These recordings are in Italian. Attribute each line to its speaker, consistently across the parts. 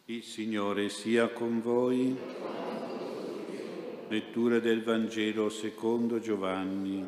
Speaker 1: Il Signore sia con voi. Lettura del Vangelo secondo Giovanni.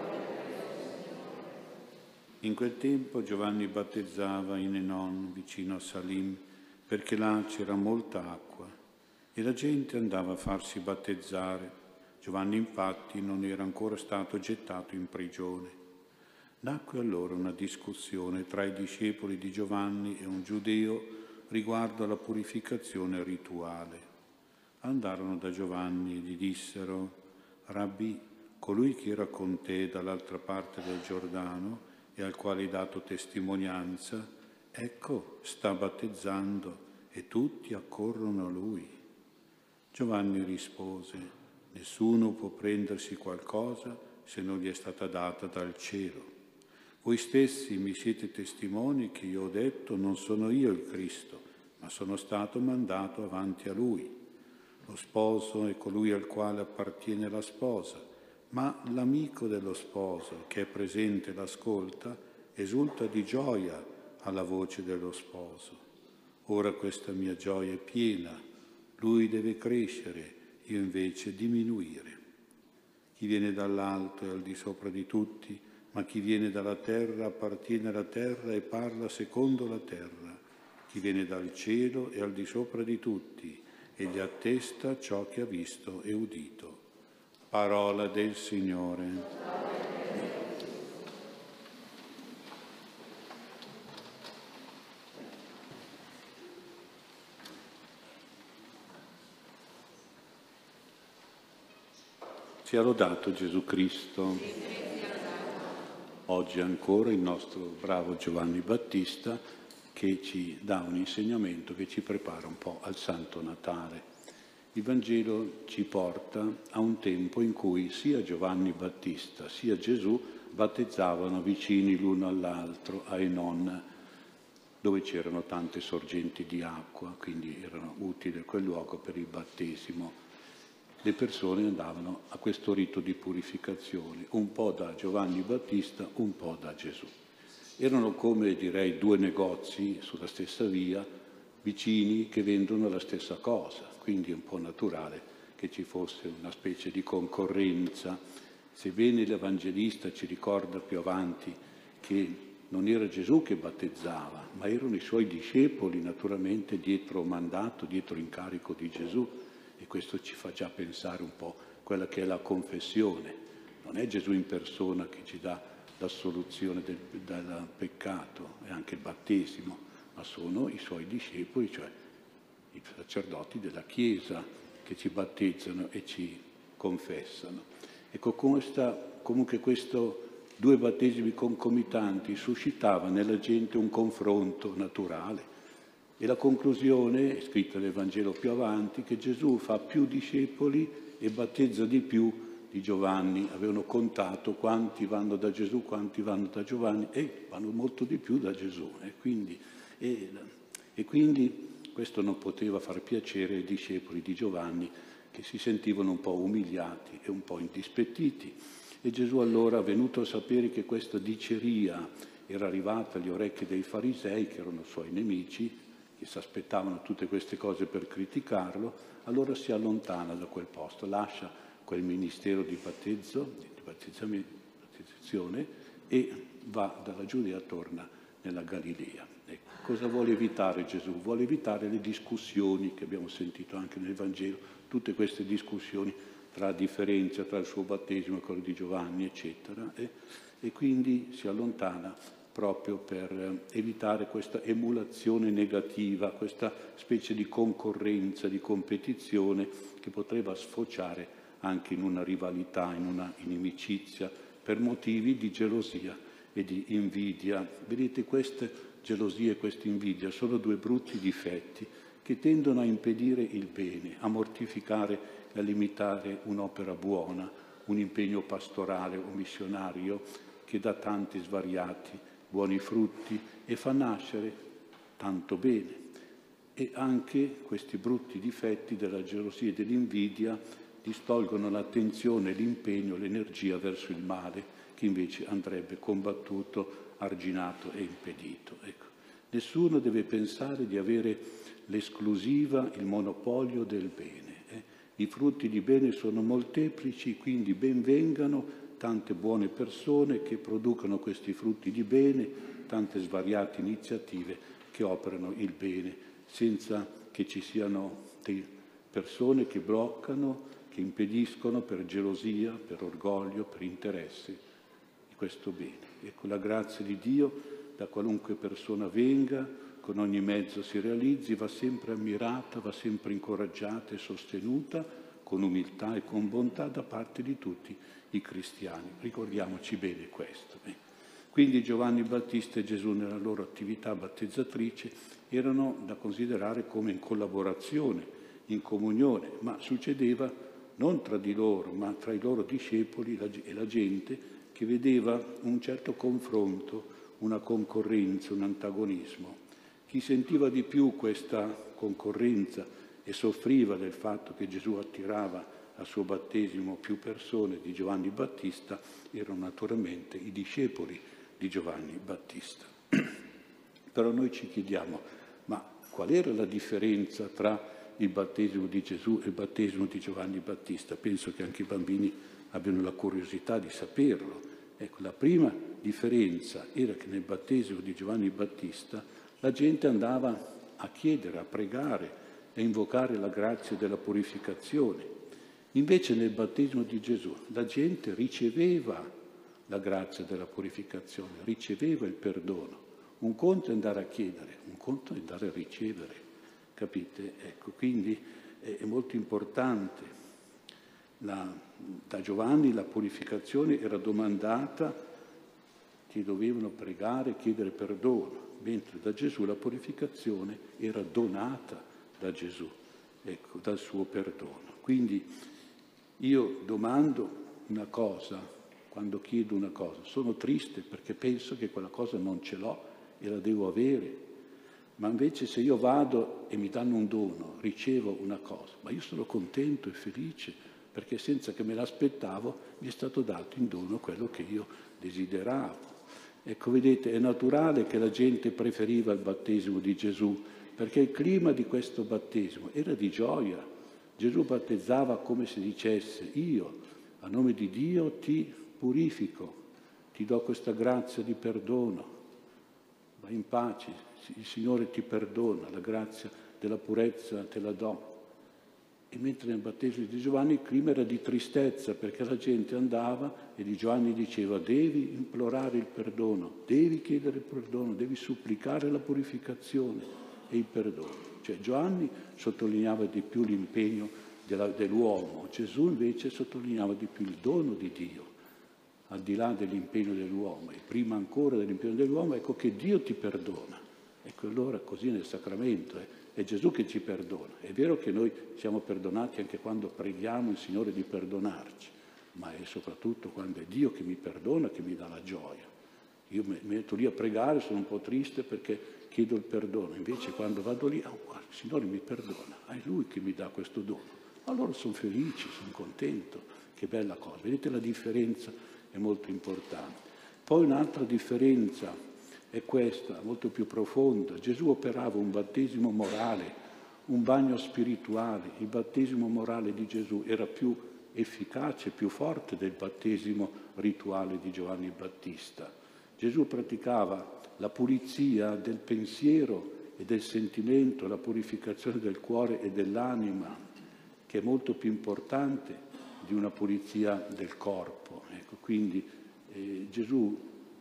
Speaker 1: In quel tempo Giovanni battezzava in Enon, vicino a Salim, perché là c'era molta acqua e la gente andava a farsi battezzare. Giovanni infatti non era ancora stato gettato in prigione. Nacque allora una discussione tra i discepoli di Giovanni e un giudeo riguardo alla purificazione rituale. Andarono da Giovanni e gli dissero: Rabbì, colui che era con te dall'altra parte del Giordano e al quale hai dato testimonianza, ecco, sta battezzando e tutti accorrono a lui. Giovanni rispose: nessuno può prendersi qualcosa se non gli è stata data dal cielo. Voi stessi mi siete testimoni che io ho detto: non sono io il Cristo, ma sono stato mandato avanti a Lui. Lo sposo è colui al quale appartiene la sposa, ma l'amico dello sposo, che è presente e l'ascolta, esulta di gioia alla voce dello sposo. Ora questa mia gioia è piena, lui deve crescere, io invece diminuire. Chi viene dall'alto è al di sopra di tutti, ma chi viene dalla terra appartiene alla terra e parla secondo la terra. Chi viene dal cielo è al di sopra di tutti e gli attesta ciò che ha visto e udito. Parola del Signore. Sia lodato Gesù Cristo. Oggi ancora il nostro bravo Giovanni Battista che ci dà un insegnamento che ci prepara un po' al Santo Natale. Il Vangelo ci porta a un tempo in cui sia Giovanni Battista sia Gesù battezzavano vicini l'uno all'altro a Enon, dove c'erano tante sorgenti di acqua, quindi erano utile quel luogo per il battesimo. Le persone andavano a questo rito di purificazione, un po' da Giovanni Battista, un po' da Gesù. Erano come, direi, due negozi sulla stessa via, vicini, che vendono la stessa cosa, quindi è un po' naturale che ci fosse una specie di concorrenza. Sebbene l'Evangelista ci ricorda più avanti che non era Gesù che battezzava, ma erano i suoi discepoli, naturalmente, dietro mandato, dietro incarico di Gesù. E questo ci fa già pensare un po' quella che è la confessione. Non è Gesù in persona che ci dà l'assoluzione del peccato e anche il battesimo, ma sono i suoi discepoli, cioè i sacerdoti della Chiesa, che ci battezzano e ci confessano. Ecco, comunque questo due battesimi concomitanti suscitava nella gente un confronto naturale. E la conclusione, è scritta nel Vangelo più avanti, che Gesù fa più discepoli e battezza di più di Giovanni. Avevano contato quanti vanno da Gesù, quanti vanno da Giovanni, e vanno molto di più da Gesù. E quindi questo non poteva far piacere ai discepoli di Giovanni, che si sentivano un po' umiliati e un po' indispettiti. E Gesù allora, venuto a sapere che questa diceria era arrivata agli orecchi dei farisei, che erano suoi nemici, che si aspettavano tutte queste cose per criticarlo, allora si allontana da quel posto, lascia quel ministero di battezzazione e va dalla Giudea, torna nella Galilea. Ecco, cosa vuole evitare Gesù? Vuole evitare le discussioni che abbiamo sentito anche nel Vangelo, tutte queste discussioni tra differenza tra il suo battesimo e quello di Giovanni, eccetera, e quindi si allontana proprio per evitare questa emulazione negativa, questa specie di concorrenza, di competizione che poteva sfociare anche in una rivalità, in una inimicizia, per motivi di gelosia e di invidia. Vedete, queste gelosie e questa invidia sono due brutti difetti che tendono a impedire il bene, a mortificare e a limitare un'opera buona, un impegno pastorale o missionario che dà tanti svariati buoni frutti e fa nascere tanto bene. E anche questi brutti difetti della gelosia e dell'invidia distolgono l'attenzione, l'impegno, l'energia verso il male, che invece andrebbe combattuto, arginato e impedito. Ecco. Nessuno deve pensare di avere l'esclusiva, il monopolio del bene. I frutti di bene sono molteplici, quindi ben vengano tante buone persone che producono questi frutti di bene, tante svariate iniziative che operano il bene, senza che ci siano persone che bloccano, che impediscono per gelosia, per orgoglio, per interesse di questo bene. Ecco, la grazia di Dio, da qualunque persona venga, con ogni mezzo si realizzi, va sempre ammirata, va sempre incoraggiata e sostenuta con umiltà e con bontà da parte di tutti i cristiani. Ricordiamoci bene questo. Quindi Giovanni Battista e Gesù nella loro attività battezzatrice erano da considerare come in collaborazione, in comunione, ma succedeva non tra di loro, ma tra i loro discepoli e la gente che vedeva un certo confronto, una concorrenza, un antagonismo. Chi sentiva di più questa concorrenza e soffriva del fatto che Gesù attirava al suo battesimo più persone di Giovanni Battista erano naturalmente i discepoli di Giovanni Battista. Però noi ci chiediamo, ma qual era la differenza tra il battesimo di Gesù e il battesimo di Giovanni Battista? Penso che anche i bambini abbiano la curiosità di saperlo. Ecco, la prima differenza era che nel battesimo di Giovanni Battista la gente andava a chiedere, a pregare, a invocare la grazia della purificazione. Invece nel battesimo di Gesù la gente riceveva la grazia della purificazione, riceveva il perdono. Un conto è andare a chiedere, un conto è andare a ricevere, capite? Ecco, quindi è molto importante. Da Giovanni la purificazione era domandata, che dovevano pregare, chiedere perdono, mentre da Gesù la purificazione era donata da Gesù, ecco, dal suo perdono. Quindi io domando una cosa, quando chiedo una cosa, sono triste perché penso che quella cosa non ce l'ho e la devo avere, ma invece se io vado e mi danno un dono, ricevo una cosa, ma io sono contento e felice perché senza che me l'aspettavo mi è stato dato in dono quello che io desideravo. Ecco, vedete, è naturale che la gente preferiva il battesimo di Gesù, perché il clima di questo battesimo era di gioia. Gesù battezzava come se dicesse: io, a nome di Dio, ti purifico, ti do questa grazia di perdono, vai in pace, il Signore ti perdona, la grazia della purezza te la do. E mentre nel battesimo di Giovanni il clima era di tristezza, perché la gente andava e di Giovanni diceva: devi implorare il perdono, devi chiedere il perdono, devi supplicare la purificazione e il perdono. Cioè Giovanni sottolineava di più l'impegno dell'uomo, Gesù invece sottolineava di più il dono di Dio, al di là dell'impegno dell'uomo, e prima ancora dell'impegno dell'uomo, ecco che Dio ti perdona. Ecco, allora così nel sacramento è Gesù che ci perdona. È vero che noi siamo perdonati anche quando preghiamo il Signore di perdonarci, ma è soprattutto quando è Dio che mi perdona che mi dà la gioia. Io mi metto lì a pregare, sono un po' triste perché chiedo il perdono, invece quando vado lì, guarda, il Signore mi perdona, è Lui che mi dà questo dono. Allora sono felice, sono contento, che bella cosa. Vedete, la differenza è molto importante. Poi un'altra differenza è questa, molto più profonda. Gesù operava un battesimo morale, un bagno spirituale. Il battesimo morale di Gesù era più efficace, più forte del battesimo rituale di Giovanni Battista. Gesù praticava la pulizia del pensiero e del sentimento, la purificazione del cuore e dell'anima, che è molto più importante di una pulizia del corpo. Ecco, quindi Gesù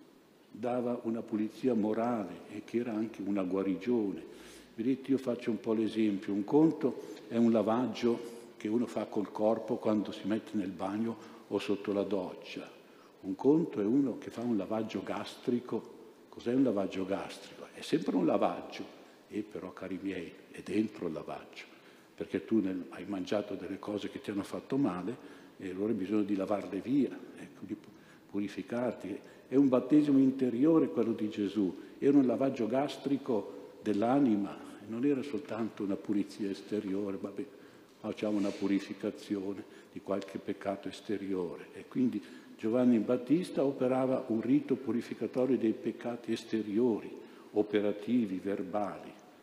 Speaker 1: dava una pulizia morale e che era anche una guarigione. Vedete, io faccio un po' l'esempio. Un conto è un lavaggio che uno fa col corpo quando si mette nel bagno o sotto la doccia. Un conto è uno che fa un lavaggio gastrico. Cos'è un lavaggio gastrico? È sempre un lavaggio, e però, cari miei, è dentro il lavaggio, perché tu hai mangiato delle cose che ti hanno fatto male e allora hai bisogno di lavarle via, ecco, di purificarti. È un battesimo interiore quello di Gesù, era un lavaggio gastrico dell'anima, non era soltanto una pulizia esteriore, vabbè, facciamo una purificazione di qualche peccato esteriore. E quindi Giovanni Battista operava un rito purificatorio dei peccati esteriori, operativi, verbali.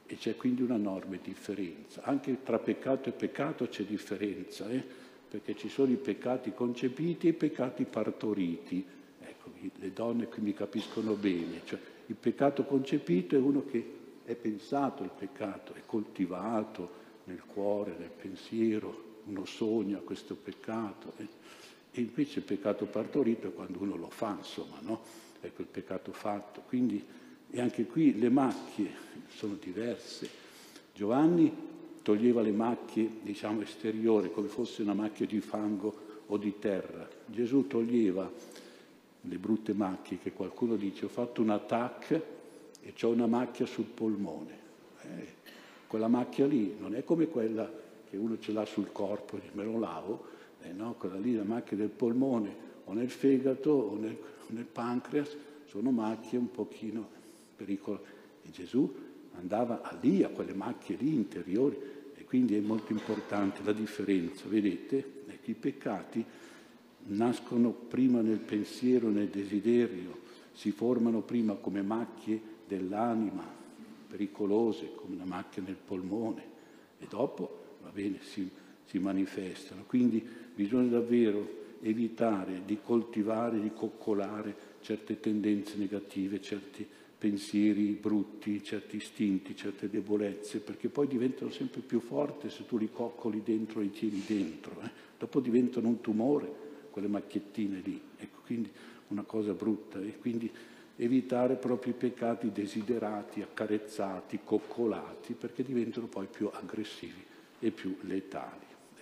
Speaker 1: E c'è quindi una enorme differenza. Anche tra peccato e peccato c'è differenza, perché ci sono i peccati concepiti e i peccati partoriti. Ecco, le donne qui mi capiscono bene. Cioè, il peccato concepito è uno che è pensato, il peccato è coltivato nel cuore, nel pensiero, uno sogna questo peccato. E invece il peccato partorito è quando uno lo fa, insomma, no? Ecco il peccato fatto. Quindi, e anche qui le macchie sono diverse. Giovanni toglieva le macchie, diciamo, esteriori, come fosse una macchia di fango o di terra. Gesù toglieva le brutte macchie, che qualcuno dice: ho fatto un attacco e ho una macchia sul polmone. Quella macchia lì non è come quella che uno ce l'ha sul corpo, me lo lavo, no? Quella lì, la macchia del polmone o nel fegato o nel pancreas, sono macchie un pochino pericolose. E Gesù andava lì, a quelle macchie lì interiori, e quindi è molto importante la differenza. Vedete, i peccati nascono prima nel pensiero, nel desiderio, si formano prima come macchie dell'anima, pericolose, come una macchia nel polmone, e dopo, va bene, si manifestano. Quindi bisogna davvero evitare di coltivare, di coccolare certe tendenze negative, certi pensieri brutti, certi istinti, certe debolezze, perché poi diventano sempre più forti se tu li coccoli dentro e li tieni dentro. Dopo diventano un tumore, quelle macchiettine lì. Ecco, quindi una cosa brutta. E quindi evitare proprio i peccati desiderati, accarezzati, coccolati, perché diventano poi più aggressivi e più letali.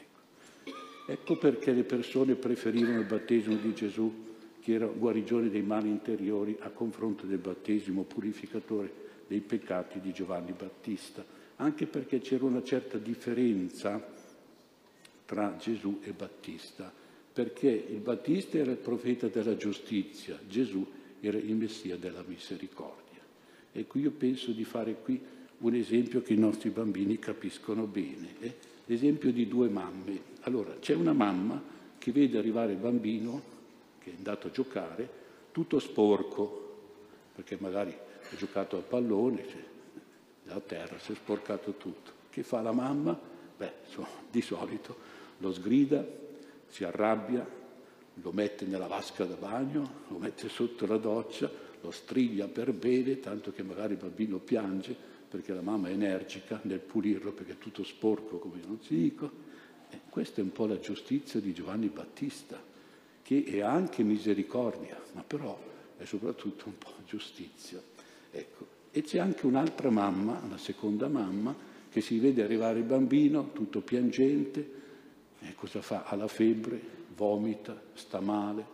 Speaker 1: Ecco perché le persone preferivano il battesimo di Gesù, che era guarigione dei mali interiori, a confronto del battesimo purificatore dei peccati di Giovanni Battista, anche perché c'era una certa differenza tra Gesù e Battista, perché il Battista era il profeta della giustizia, Gesù era il Messia della misericordia. E qui io penso di fare qui un esempio che i nostri bambini capiscono bene, l'esempio di due mamme. Allora, c'è una mamma che vede arrivare il bambino che è andato a giocare tutto sporco, perché magari ha giocato al pallone, a terra, si è sporcato tutto. Che fa la mamma? Di solito lo sgrida, si arrabbia, lo mette nella vasca da bagno, lo mette sotto la doccia, lo striglia per bene, tanto che magari il bambino piange, perché la mamma è energica nel pulirlo, perché è tutto sporco, come non si dico. Questa è un po' la giustizia di Giovanni Battista, che è anche misericordia, ma però è soprattutto un po' giustizia. Ecco. E c'è anche un'altra mamma, una seconda mamma, che si vede arrivare il bambino tutto piangente, e cosa fa? Ha la febbre, vomita, sta male,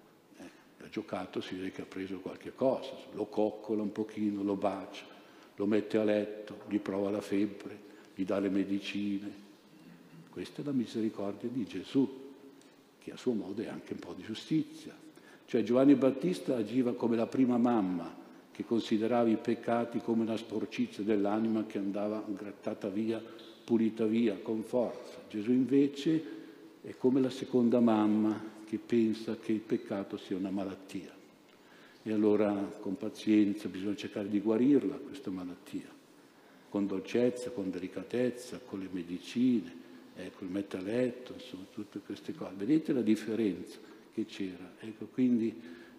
Speaker 1: ha giocato, si vede che ha preso qualche cosa, lo coccola un pochino, lo bacia, lo mette a letto, gli prova la febbre, gli dà le medicine. Questa è la misericordia di Gesù, che a suo modo è anche un po' di giustizia. Cioè Giovanni Battista agiva come la prima mamma, che considerava i peccati come una sporcizia dell'anima che andava grattata via, pulita via con forza. Gesù invece è come la seconda mamma, che pensa che il peccato sia una malattia. E allora con pazienza bisogna cercare di guarirla, questa malattia, con dolcezza, con delicatezza, con le medicine, il mette a letto, insomma, tutte queste cose. Vedete la differenza che c'era? Ecco, quindi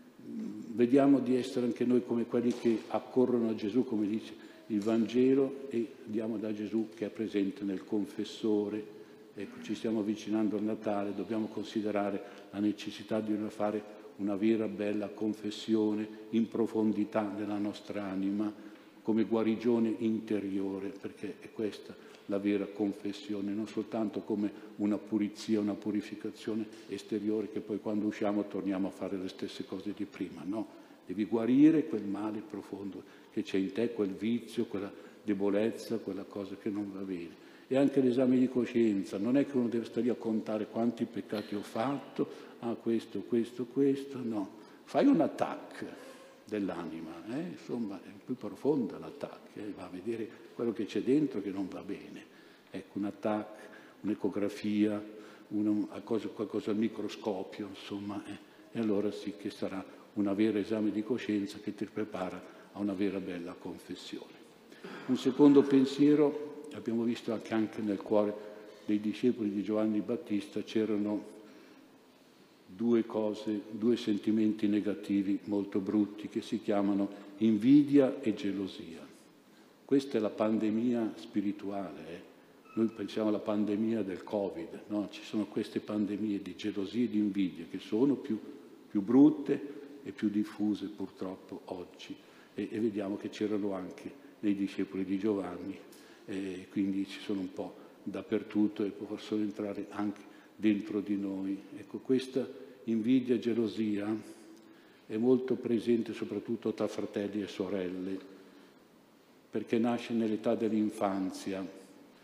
Speaker 1: vediamo di essere anche noi come quelli che accorrono a Gesù, come dice il Vangelo, e andiamo da Gesù che è presente nel confessore. Ecco, ci stiamo avvicinando al Natale, dobbiamo considerare la necessità di fare una vera bella confessione in profondità nella nostra anima, come guarigione interiore, perché è questa la vera confessione, non soltanto come una pulizia, una purificazione esteriore che poi quando usciamo torniamo a fare le stesse cose di prima, no. Devi guarire quel male profondo che c'è in te, quel vizio, quella debolezza, quella cosa che non va bene. E anche l'esame di coscienza, non è che uno deve stare lì a contare quanti peccati ho fatto, questo, no. Fai un attacco dell'anima, insomma è più profonda l'attacco, va a vedere quello che c'è dentro che non va bene. Ecco, un attacco, un'ecografia, qualcosa al microscopio, insomma, e allora sì che sarà un vero esame di coscienza che ti prepara a una vera bella confessione. Un secondo pensiero, abbiamo visto anche nel cuore dei discepoli di Giovanni Battista, c'erano due sentimenti negativi molto brutti che si chiamano invidia e gelosia. Questa è la pandemia spirituale. Noi pensiamo alla pandemia del Covid, no? Ci sono queste pandemie di gelosia e di invidia che sono più brutte e più diffuse purtroppo oggi. E vediamo che c'erano anche nei discepoli di Giovanni, quindi ci sono un po' dappertutto e possono entrare anche dentro di noi. Ecco, questa invidia e gelosia è molto presente soprattutto tra fratelli e sorelle, perché nasce nell'età dell'infanzia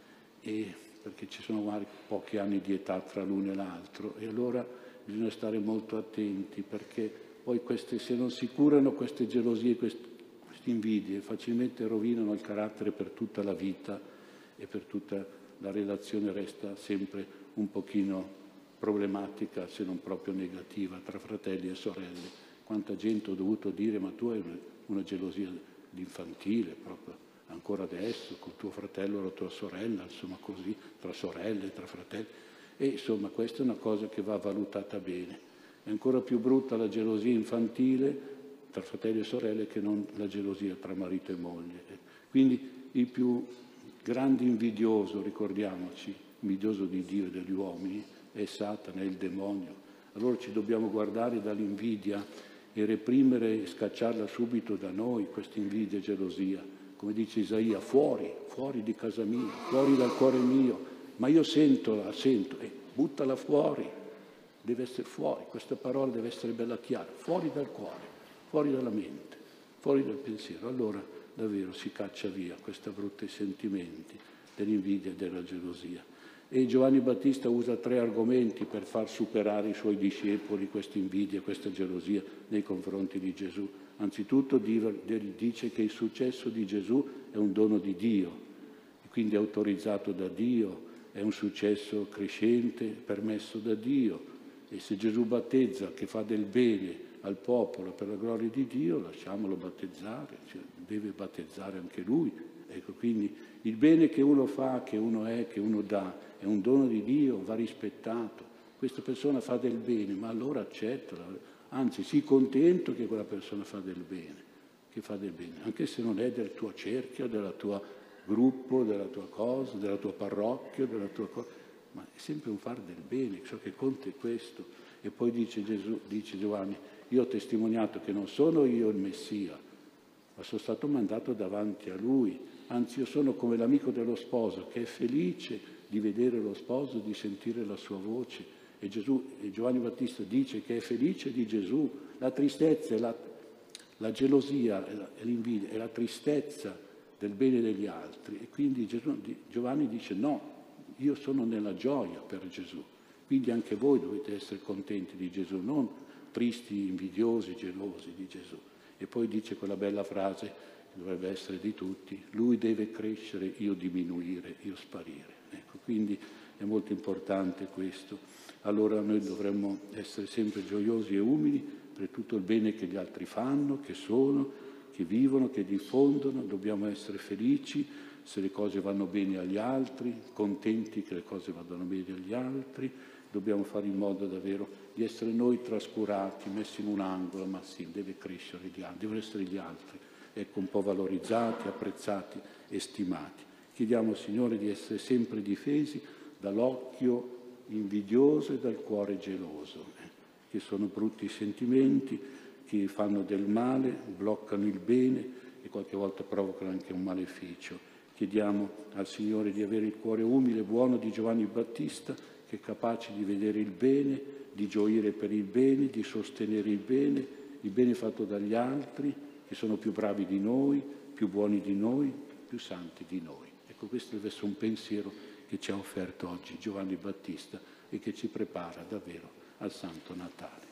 Speaker 1: e perché ci sono magari pochi anni di età tra l'uno e l'altro, e allora bisogna stare molto attenti, perché poi se non si curano queste gelosie, queste invidie, facilmente rovinano il carattere per tutta la vita e per tutta la relazione resta sempre un pochino problematica, se non proprio negativa, tra fratelli e sorelle. Quanta gente ho dovuto dire: ma tu hai una gelosia infantile proprio ancora adesso, col tuo fratello o la tua sorella, insomma così, tra sorelle, tra fratelli. E insomma questa è una cosa che va valutata bene. È ancora più brutta la gelosia infantile tra fratelli e sorelle che non la gelosia tra marito e moglie. Quindi il più grande invidioso, ricordiamoci, invidioso di Dio e degli uomini, è Satana, è il demonio. Allora ci dobbiamo guardare dall'invidia e reprimere e scacciarla subito da noi, questa invidia e gelosia. Come dice Isaia, fuori di casa mia, fuori dal cuore mio, ma io sento, buttala fuori, deve essere fuori, questa parola deve essere bella chiara, fuori dal cuore, fuori dalla mente, fuori dal pensiero. Allora davvero si caccia via questi brutti sentimenti dell'invidia e della gelosia. E Giovanni Battista usa 3 argomenti per far superare i suoi discepoli questa invidia, questa gelosia nei confronti di Gesù. Anzitutto dice che il successo di Gesù è un dono di Dio, quindi è autorizzato da Dio, è un successo crescente, permesso da Dio. E se Gesù battezza, che fa del bene al popolo per la gloria di Dio, lasciamolo battezzare, cioè deve battezzare anche lui. Ecco, quindi il bene che uno fa, che uno è, che uno dà, è un dono di Dio, va rispettato. Questa persona fa del bene, ma allora accettala. Anzi, sii contento che quella persona fa del bene, anche se non è del tuo cerchio, del tuo gruppo, della tua cosa, della tua parrocchia, della tua cosa, ma è sempre un far del bene, ciò che conta è questo. E poi dice Giovanni, io ho testimoniato che non sono io il Messia, ma sono stato mandato davanti a lui, anzi io sono come l'amico dello sposo che è felice di vedere lo sposo, di sentire la sua voce. E Giovanni Battista dice che è felice di Gesù. La tristezza, la gelosia e l'invidia è la tristezza del bene degli altri. E quindi Giovanni dice no, io sono nella gioia per Gesù. Quindi anche voi dovete essere contenti di Gesù, non tristi, invidiosi, gelosi di Gesù. E poi dice quella bella frase che dovrebbe essere di tutti: lui deve crescere, io diminuire, io sparire. Ecco, quindi è molto importante questo. Allora noi dovremmo essere sempre gioiosi e umili per tutto il bene che gli altri fanno, che sono, che vivono, che diffondono. Dobbiamo essere felici se le cose vanno bene agli altri, contenti che le cose vadano bene agli altri. Dobbiamo fare in modo davvero di essere noi trascurati, messi in un angolo, ma sì, deve crescere gli altri, devono essere gli altri, ecco, un po' valorizzati, apprezzati e stimati. Chiediamo al Signore di essere sempre difesi dall'occhio invidioso e dal cuore geloso, che sono brutti sentimenti che fanno del male, bloccano il bene e qualche volta provocano anche un maleficio. Chiediamo al Signore di avere il cuore umile e buono di Giovanni Battista, che è capace di vedere il bene, di gioire per il bene, di sostenere il bene fatto dagli altri, che sono più bravi di noi, più buoni di noi, più santi di noi. Ecco, questo deve essere un pensiero che ci ha offerto oggi Giovanni Battista e che ci prepara davvero al Santo Natale.